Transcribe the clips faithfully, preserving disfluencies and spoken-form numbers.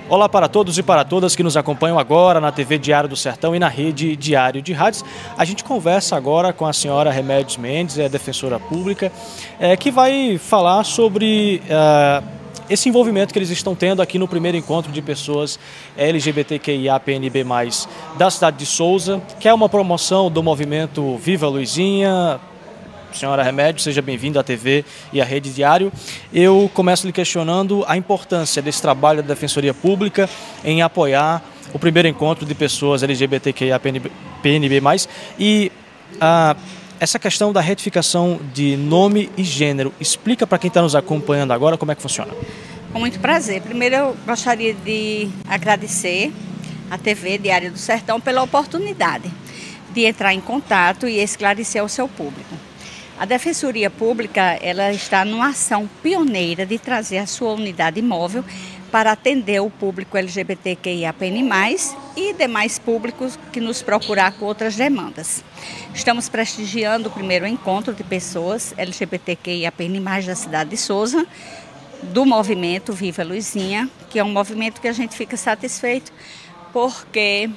Olá para todos e para todas que nos acompanham agora na T V Diário do Sertão e na rede Diário de Rádios. A gente conversa agora com a senhora Remédios Mendes, é defensora pública, é, que vai falar sobre uh, esse envolvimento que eles estão tendo aqui no primeiro encontro de pessoas L G B T Q I A P N B mais, da cidade de Souza, que é uma promoção do movimento Viva Luizinha. Senhora Remédios, seja bem-vinda à T V e à Rede Diário. Eu começo lhe questionando a importância desse trabalho da Defensoria Pública em apoiar o primeiro encontro de pessoas L G B T Q I A P N B mais, e ah, essa questão da retificação de nome e gênero. Explica para quem está nos acompanhando agora como é que funciona. Com muito prazer. Primeiro eu gostaria de agradecer à T V Diário do Sertão pela oportunidade de entrar em contato e esclarecer ao seu público. A Defensoria Pública, ela está numa ação pioneira de trazer a sua unidade móvel para atender o público L G B T Q I A P N mais, e demais públicos que nos procurar com outras demandas. Estamos prestigiando o primeiro encontro de pessoas L G B T Q I A P N mais da cidade de Souza, do movimento Viva Luizinha, que é um movimento que a gente fica satisfeito porque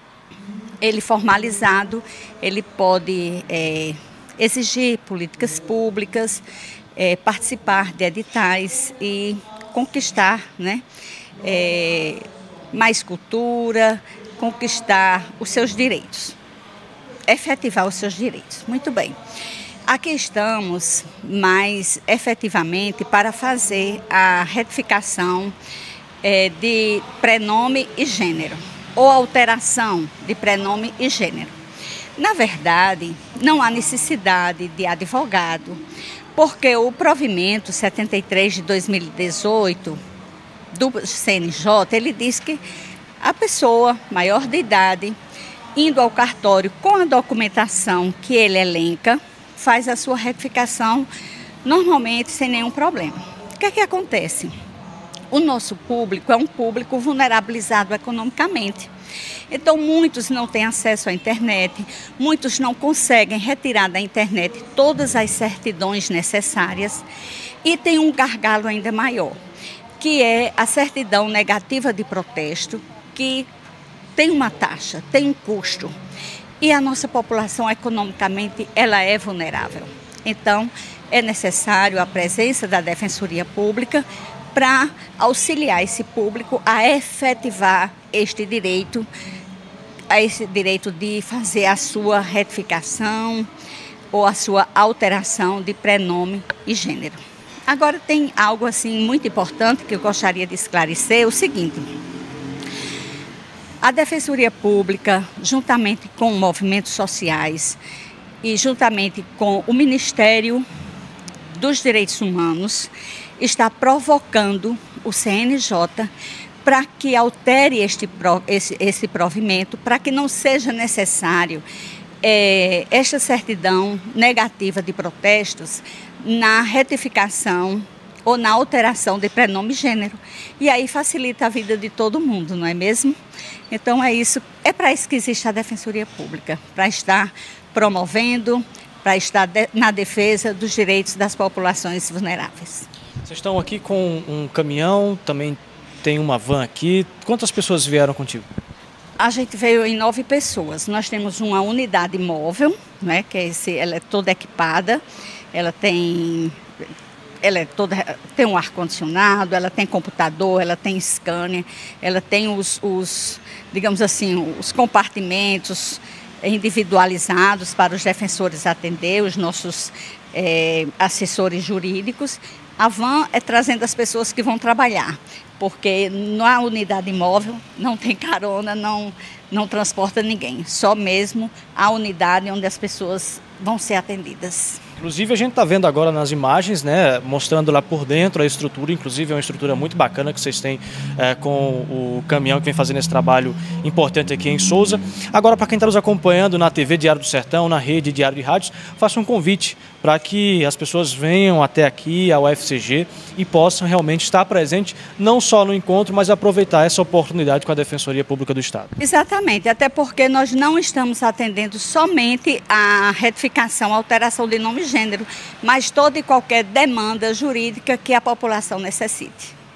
ele formalizado, ele pode é, exigir políticas públicas, é, participar de editais e conquistar, né, é, mais cultura, conquistar os seus direitos, efetivar os seus direitos. Muito bem. Aqui estamos mais efetivamente para fazer a retificação é, de prenome e gênero, ou alteração de prenome e gênero. Na verdade, não há necessidade de advogado, porque o provimento setenta e três de dois mil e dezoito do C N J, ele diz que a pessoa maior de idade, indo ao cartório com a documentação que ele elenca, faz a sua retificação normalmente sem nenhum problema. O que é que acontece? O nosso público é um público vulnerabilizado economicamente. Então, muitos não têm acesso à internet, muitos não conseguem retirar da internet todas as certidões necessárias, e tem um gargalo ainda maior, que é a certidão negativa de protesto, que tem uma taxa, tem um custo, e a nossa população economicamente ela é vulnerável. Então, é necessário a presença da Defensoria Pública para auxiliar esse público a efetivar este direito, a esse direito de fazer a sua retificação ou a sua alteração de prenome e gênero. Agora tem algo assim muito importante que eu gostaria de esclarecer, o seguinte: a Defensoria Pública, juntamente com movimentos sociais e juntamente com o Ministério dos Direitos Humanos, está provocando o C N J para que altere este, esse, esse provimento, para que não seja necessário é, esta certidão negativa de protestos na retificação ou na alteração de prenome e gênero. E aí facilita a vida de todo mundo, não é mesmo? Então é isso, é para isso que existe a Defensoria Pública, para estar promovendo, para estar de, na defesa dos direitos das populações vulneráveis. Vocês estão aqui com um caminhão, também tem uma van aqui. Quantas pessoas vieram contigo? A gente veio em nove pessoas. Nós temos uma unidade móvel, né, que é esse, ela é toda equipada, ela tem, ela é toda, tem um ar-condicionado, ela tem computador, ela tem scanner, ela tem os, os, digamos assim, os compartimentos individualizados para os defensores atender, os nossos é, assessores jurídicos. A van é trazendo as pessoas que vão trabalhar, porque na unidade móvel não tem carona, não, não transporta ninguém, só mesmo a unidade onde as pessoas vão ser atendidas. Inclusive a gente está vendo agora nas imagens, né, mostrando lá por dentro a estrutura, inclusive é uma estrutura muito bacana que vocês têm é, com o caminhão que vem fazendo esse trabalho importante aqui em Souza. Agora, para quem está nos acompanhando na T V Diário do Sertão, na rede Diário de Rádios, faço um convite para que as pessoas venham até aqui ao U F C G e possam realmente estar presentes, não só no encontro, mas aproveitar essa oportunidade com a Defensoria Pública do Estado. Exatamente, até porque nós não estamos atendendo somente a retificação, a alteração de nome e gênero, mas toda e qualquer demanda jurídica que a população necessite.